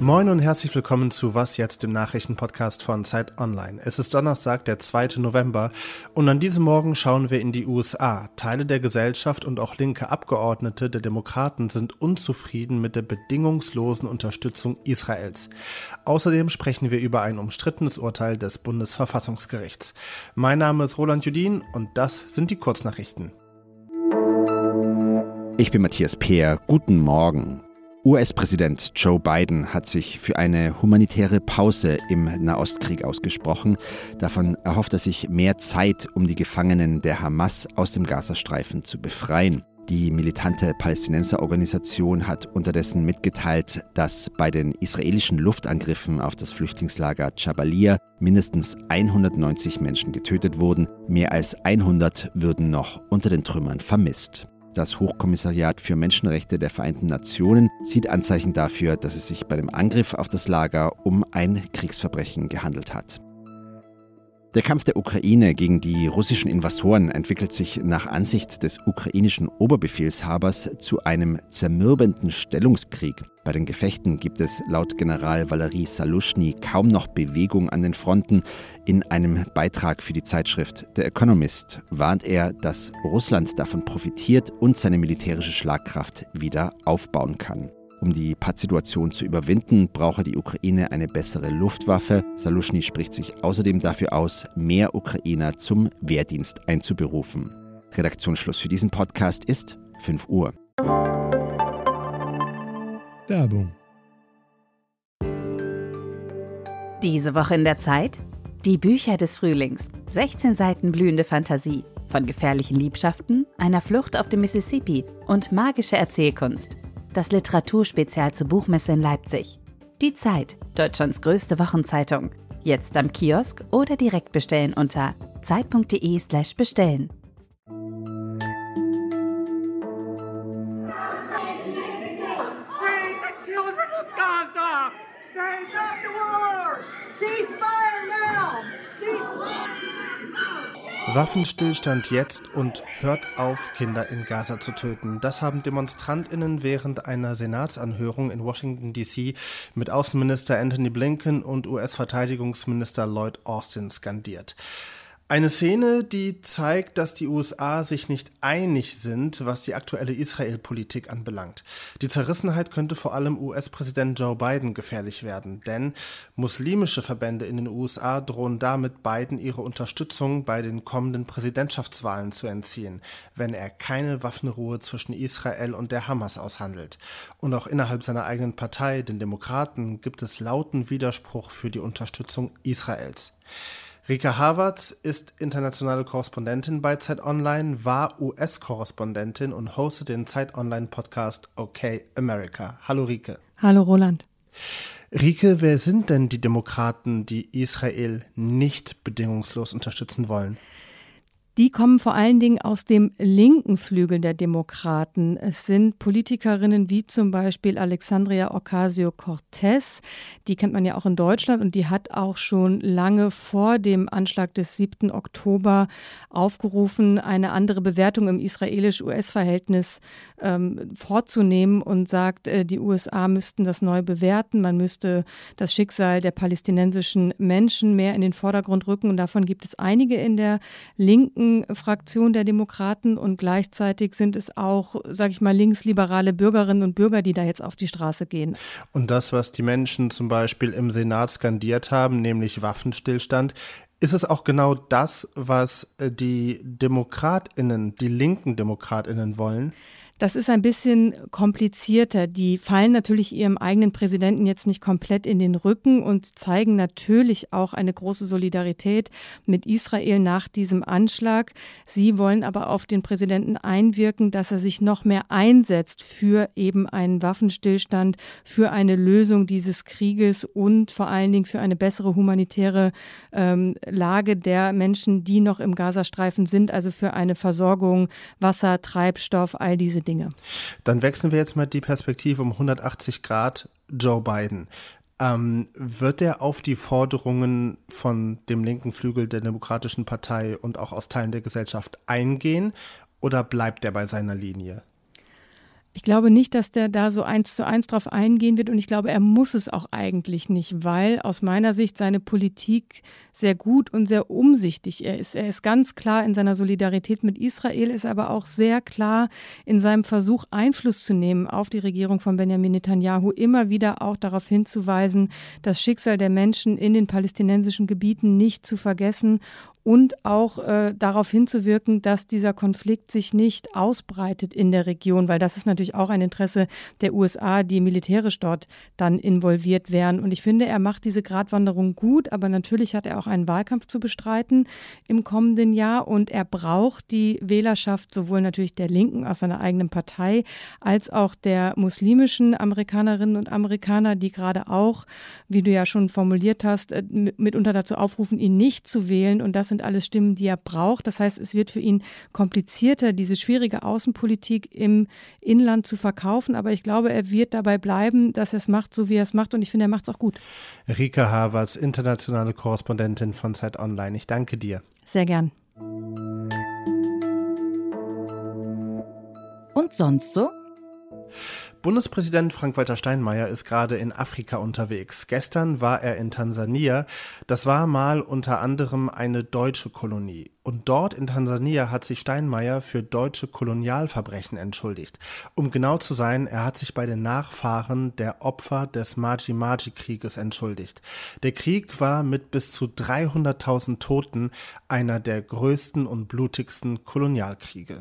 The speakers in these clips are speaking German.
Moin und herzlich willkommen zu Was jetzt, dem Nachrichtenpodcast von Zeit Online. Es ist Donnerstag, der 2. November und an diesem Morgen schauen wir in die USA. Teile der Gesellschaft und auch linke Abgeordnete der Demokraten sind unzufrieden mit der bedingungslosen Unterstützung Israels. Außerdem sprechen wir über ein umstrittenes Urteil des Bundesverfassungsgerichts. Mein Name ist Roland Judin und das sind die Kurznachrichten. Ich bin Matthias Peer. Guten Morgen. US-Präsident Joe Biden hat sich für eine humanitäre Pause im Nahostkrieg ausgesprochen. Davon erhofft er sich mehr Zeit, um die Gefangenen der Hamas aus dem Gazastreifen zu befreien. Die militante Palästinenserorganisation hat unterdessen mitgeteilt, dass bei den israelischen Luftangriffen auf das Flüchtlingslager Jabalia mindestens 190 Menschen getötet wurden. Mehr als 100 würden noch unter den Trümmern vermisst. Das Hochkommissariat für Menschenrechte der Vereinten Nationen sieht Anzeichen dafür, dass es sich bei dem Angriff auf das Lager um ein Kriegsverbrechen gehandelt hat. Der Kampf der Ukraine gegen die russischen Invasoren entwickelt sich nach Ansicht des ukrainischen Oberbefehlshabers zu einem zermürbenden Stellungskrieg. Bei den Gefechten gibt es laut General Valery Saluschny kaum noch Bewegung an den Fronten. In einem Beitrag für die Zeitschrift The Economist warnt er, dass Russland davon profitiert und seine militärische Schlagkraft wieder aufbauen kann. Um die Pattsituation zu überwinden, brauche die Ukraine eine bessere Luftwaffe. Saluschny spricht sich außerdem dafür aus, mehr Ukrainer zum Wehrdienst einzuberufen. Redaktionsschluss für diesen Podcast ist 5 Uhr. Werbung. Diese Woche in der Zeit? Die Bücher des Frühlings. 16 Seiten blühende Fantasie. Von gefährlichen Liebschaften, einer Flucht auf dem Mississippi und magische Erzählkunst. Das Literaturspezial zur Buchmesse in Leipzig. Die Zeit, Deutschlands größte Wochenzeitung. Jetzt am Kiosk oder direkt bestellen unter zeit.de/bestellen. Waffenstillstand jetzt und hört auf, Kinder in Gaza zu töten. Das haben DemonstrantInnen während einer Senatsanhörung in Washington D.C. mit Außenminister Antony Blinken und US-Verteidigungsminister Lloyd Austin skandiert. Eine Szene, die zeigt, dass die USA sich nicht einig sind, was die aktuelle Israel-Politik anbelangt. Die Zerrissenheit könnte vor allem US-Präsident Joe Biden gefährlich werden, denn muslimische Verbände in den USA drohen damit, Biden ihre Unterstützung bei den kommenden Präsidentschaftswahlen zu entziehen, wenn er keine Waffenruhe zwischen Israel und der Hamas aushandelt. Und auch innerhalb seiner eigenen Partei, den Demokraten, gibt es lauten Widerspruch für die Unterstützung Israels. Rika Havertz ist internationale Korrespondentin bei Zeit Online, war US-Korrespondentin und hostet den Zeit Online-Podcast Okay America. Hallo Rike. Hallo Roland. Rike, wer sind denn die Demokraten, die Israel nicht bedingungslos unterstützen wollen? Die kommen vor allen Dingen aus dem linken Flügel der Demokraten. Es sind Politikerinnen wie zum Beispiel Alexandria Ocasio-Cortez. Die kennt man ja auch in Deutschland und die hat auch schon lange vor dem Anschlag des 7. Oktober aufgerufen, eine andere Bewertung im israelisch-US-Verhältnis vorzunehmen und sagt, die USA müssten das neu bewerten. Man müsste das Schicksal der palästinensischen Menschen mehr in den Vordergrund rücken. Und davon gibt es einige in der linken Fraktion der Demokraten und gleichzeitig sind es auch, sage ich mal, linksliberale Bürgerinnen und Bürger, die da jetzt auf die Straße gehen. Und das, was die Menschen zum Beispiel im Senat skandiert haben, nämlich Waffenstillstand, ist es auch genau das, was die DemokratInnen, die linken DemokratInnen wollen? Das ist ein bisschen komplizierter. Die fallen natürlich ihrem eigenen Präsidenten jetzt nicht komplett in den Rücken und zeigen natürlich auch eine große Solidarität mit Israel nach diesem Anschlag. Sie wollen aber auf den Präsidenten einwirken, dass er sich noch mehr einsetzt für eben einen Waffenstillstand, für eine Lösung dieses Krieges und vor allen Dingen für eine bessere humanitäre Lage der Menschen, die noch im Gazastreifen sind, also für eine Versorgung, Wasser, Treibstoff, all diese Dinge. Dann wechseln wir jetzt mal die Perspektive um 180 Grad. Joe Biden. Wird er auf die Forderungen von dem linken Flügel der Demokratischen Partei und auch aus Teilen der Gesellschaft eingehen oder bleibt er bei seiner Linie? Ich glaube nicht, dass der da so 1:1 drauf eingehen wird und ich glaube, er muss es auch eigentlich nicht, weil aus meiner Sicht seine Politik sehr gut und sehr umsichtig ist. Er ist ganz klar in seiner Solidarität mit Israel, ist aber auch sehr klar in seinem Versuch, Einfluss zu nehmen auf die Regierung von Benjamin Netanyahu, immer wieder auch darauf hinzuweisen, das Schicksal der Menschen in den palästinensischen Gebieten nicht zu vergessen und auch darauf hinzuwirken, dass dieser Konflikt sich nicht ausbreitet in der Region, weil das ist natürlich auch ein Interesse der USA, die militärisch dort dann involviert wären. Und ich finde, er macht diese Gratwanderung gut, aber natürlich hat er auch einen Wahlkampf zu bestreiten im kommenden Jahr und er braucht die Wählerschaft sowohl natürlich der Linken aus seiner eigenen Partei als auch der muslimischen Amerikanerinnen und Amerikaner, die gerade auch, wie du ja schon formuliert hast, mitunter dazu aufrufen, ihn nicht zu wählen. Und das sind alles Stimmen, die er braucht. Das heißt, es wird für ihn komplizierter, diese schwierige Außenpolitik im Inland zu verkaufen. Aber ich glaube, er wird dabei bleiben, dass er es macht, so wie er es macht. Und ich finde, er macht es auch gut. Rika Havertz, internationale Korrespondentin von Zeit Online. Ich danke dir. Sehr gern. Und sonst so? Bundespräsident Frank-Walter Steinmeier ist gerade in Afrika unterwegs. Gestern war er in Tansania. Das war mal unter anderem eine deutsche Kolonie. Und dort in Tansania hat sich Steinmeier für deutsche Kolonialverbrechen entschuldigt. Um genau zu sein, er hat sich bei den Nachfahren der Opfer des Maji-Maji-Krieges entschuldigt. Der Krieg war mit bis zu 300.000 Toten einer der größten und blutigsten Kolonialkriege.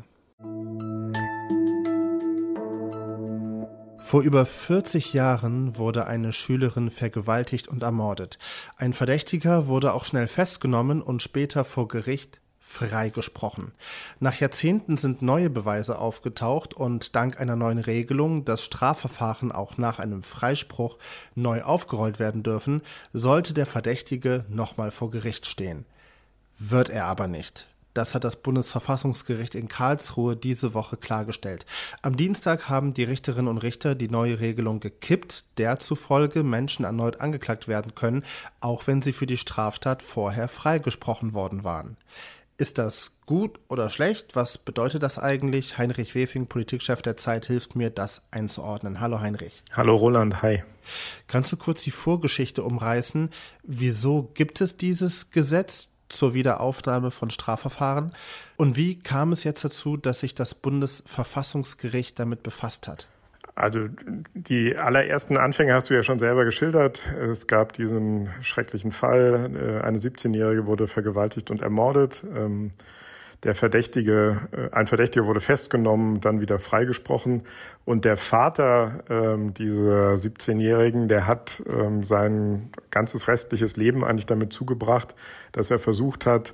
Vor über 40 Jahren wurde eine Schülerin vergewaltigt und ermordet. Ein Verdächtiger wurde auch schnell festgenommen und später vor Gericht freigesprochen. Nach Jahrzehnten sind neue Beweise aufgetaucht und dank einer neuen Regelung, dass Strafverfahren auch nach einem Freispruch neu aufgerollt werden dürfen, sollte der Verdächtige nochmal vor Gericht stehen. Wird er aber nicht. Das hat das Bundesverfassungsgericht in Karlsruhe diese Woche klargestellt. Am Dienstag haben die Richterinnen und Richter die neue Regelung gekippt, der zufolge Menschen erneut angeklagt werden können, auch wenn sie für die Straftat vorher freigesprochen worden waren. Ist das gut oder schlecht? Was bedeutet das eigentlich? Heinrich Wefing, Politikchef der Zeit, hilft mir, das einzuordnen. Hallo Heinrich. Hallo Roland, hi. Kannst du kurz die Vorgeschichte umreißen? Wieso gibt es dieses Gesetz zur Wiederaufnahme von Strafverfahren? Und wie kam es jetzt dazu, dass sich das Bundesverfassungsgericht damit befasst hat? Also die allerersten Anfänge hast du ja schon selber geschildert. Es gab diesen schrecklichen Fall, eine 17-Jährige wurde vergewaltigt und ermordet. Ein Verdächtiger wurde festgenommen, dann wieder freigesprochen. Und der Vater dieser 17-Jährigen, der hat sein ganzes restliches Leben eigentlich damit zugebracht, dass er versucht hat,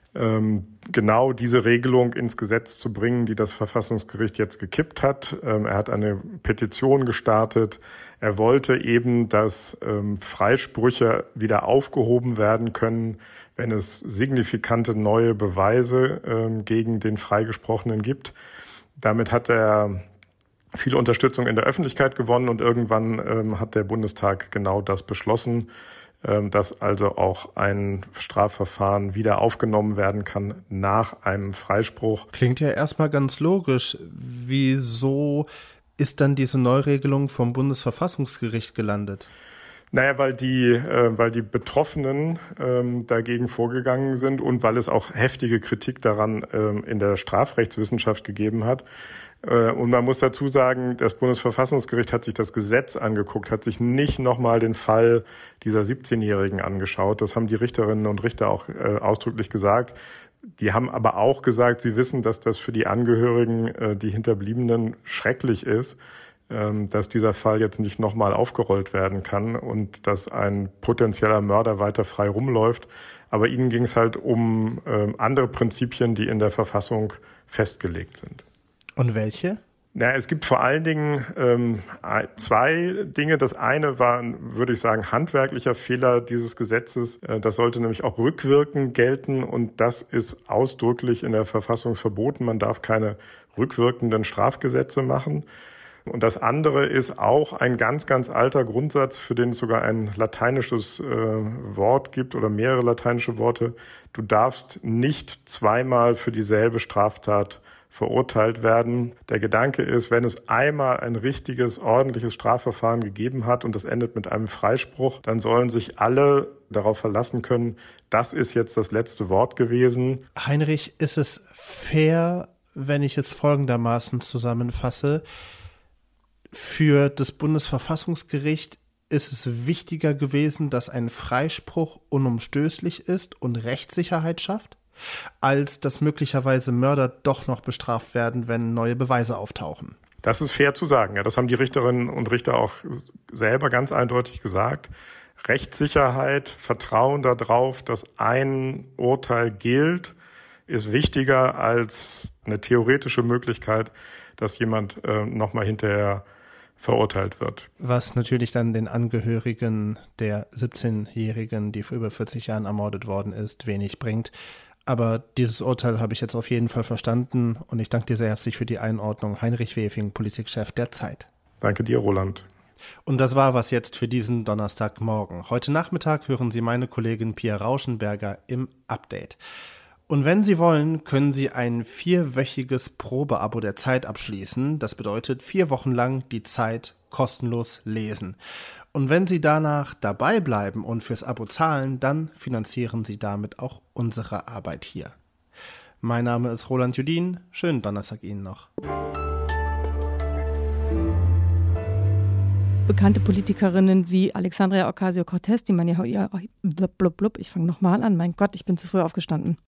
genau diese Regelung ins Gesetz zu bringen, die das Verfassungsgericht jetzt gekippt hat. Er hat eine Petition gestartet. Er wollte eben, dass Freisprüche wieder aufgehoben werden können, wenn es signifikante neue Beweise gegen den Freigesprochenen gibt. Damit hat er viel Unterstützung in der Öffentlichkeit gewonnen und irgendwann hat der Bundestag genau das beschlossen, dass also auch ein Strafverfahren wieder aufgenommen werden kann nach einem Freispruch. Klingt ja erstmal ganz logisch. Wieso ist dann diese Neuregelung vom Bundesverfassungsgericht gelandet? Naja, weil die Betroffenen dagegen vorgegangen sind und weil es auch heftige Kritik daran in der Strafrechtswissenschaft gegeben hat. Und man muss dazu sagen, das Bundesverfassungsgericht hat sich das Gesetz angeguckt, hat sich nicht nochmal den Fall dieser 17-Jährigen angeschaut. Das haben die Richterinnen und Richter auch ausdrücklich gesagt. Die haben aber auch gesagt, sie wissen, dass das für die Angehörigen, die Hinterbliebenen, schrecklich ist, dass dieser Fall jetzt nicht nochmal aufgerollt werden kann und dass ein potenzieller Mörder weiter frei rumläuft. Aber ihnen ging es halt um andere Prinzipien, die in der Verfassung festgelegt sind. Und welche? Ja, es gibt vor allen Dingen zwei Dinge. Das eine war, würde ich sagen, handwerklicher Fehler dieses Gesetzes. Das sollte nämlich auch rückwirkend gelten und das ist ausdrücklich in der Verfassung verboten. Man darf keine rückwirkenden Strafgesetze machen. Und das andere ist auch ein ganz, ganz alter Grundsatz, für den es sogar ein lateinisches Wort gibt oder mehrere lateinische Worte. Du darfst nicht zweimal für dieselbe Straftat verurteilt werden. Der Gedanke ist, wenn es einmal ein richtiges, ordentliches Strafverfahren gegeben hat und das endet mit einem Freispruch, dann sollen sich alle darauf verlassen können, das ist jetzt das letzte Wort gewesen. Heinrich, ist es fair, wenn ich es folgendermaßen zusammenfasse? Für das Bundesverfassungsgericht ist es wichtiger gewesen, dass ein Freispruch unumstößlich ist und Rechtssicherheit schafft, als dass möglicherweise Mörder doch noch bestraft werden, wenn neue Beweise auftauchen. Das ist fair zu sagen. Ja, das haben die Richterinnen und Richter auch selber ganz eindeutig gesagt. Rechtssicherheit, Vertrauen darauf, dass ein Urteil gilt, ist wichtiger als eine theoretische Möglichkeit, dass jemand nochmal hinterher verurteilt wird. Was natürlich dann den Angehörigen der 17-Jährigen, die vor über 40 Jahren ermordet worden ist, wenig bringt. Aber dieses Urteil habe ich jetzt auf jeden Fall verstanden und ich danke dir sehr herzlich für die Einordnung. Heinrich Wefing, Politikchef der Zeit. Danke dir, Roland. Und das war was jetzt für diesen Donnerstagmorgen. Heute Nachmittag hören Sie meine Kollegin Pia Rauschenberger im Update. Und wenn Sie wollen, können Sie ein 4-wöchiges Probeabo der Zeit abschließen. Das bedeutet 4 Wochen lang die Zeit kostenlos lesen. Und wenn Sie danach dabei bleiben und fürs Abo zahlen, dann finanzieren Sie damit auch unsere Arbeit hier. Mein Name ist Roland Judin. Schönen Donnerstag Ihnen noch. Bekannte Politikerinnen wie Alexandria Ocasio-Cortez, die man ja, ich fange nochmal an, mein Gott, ich bin zu früh aufgestanden.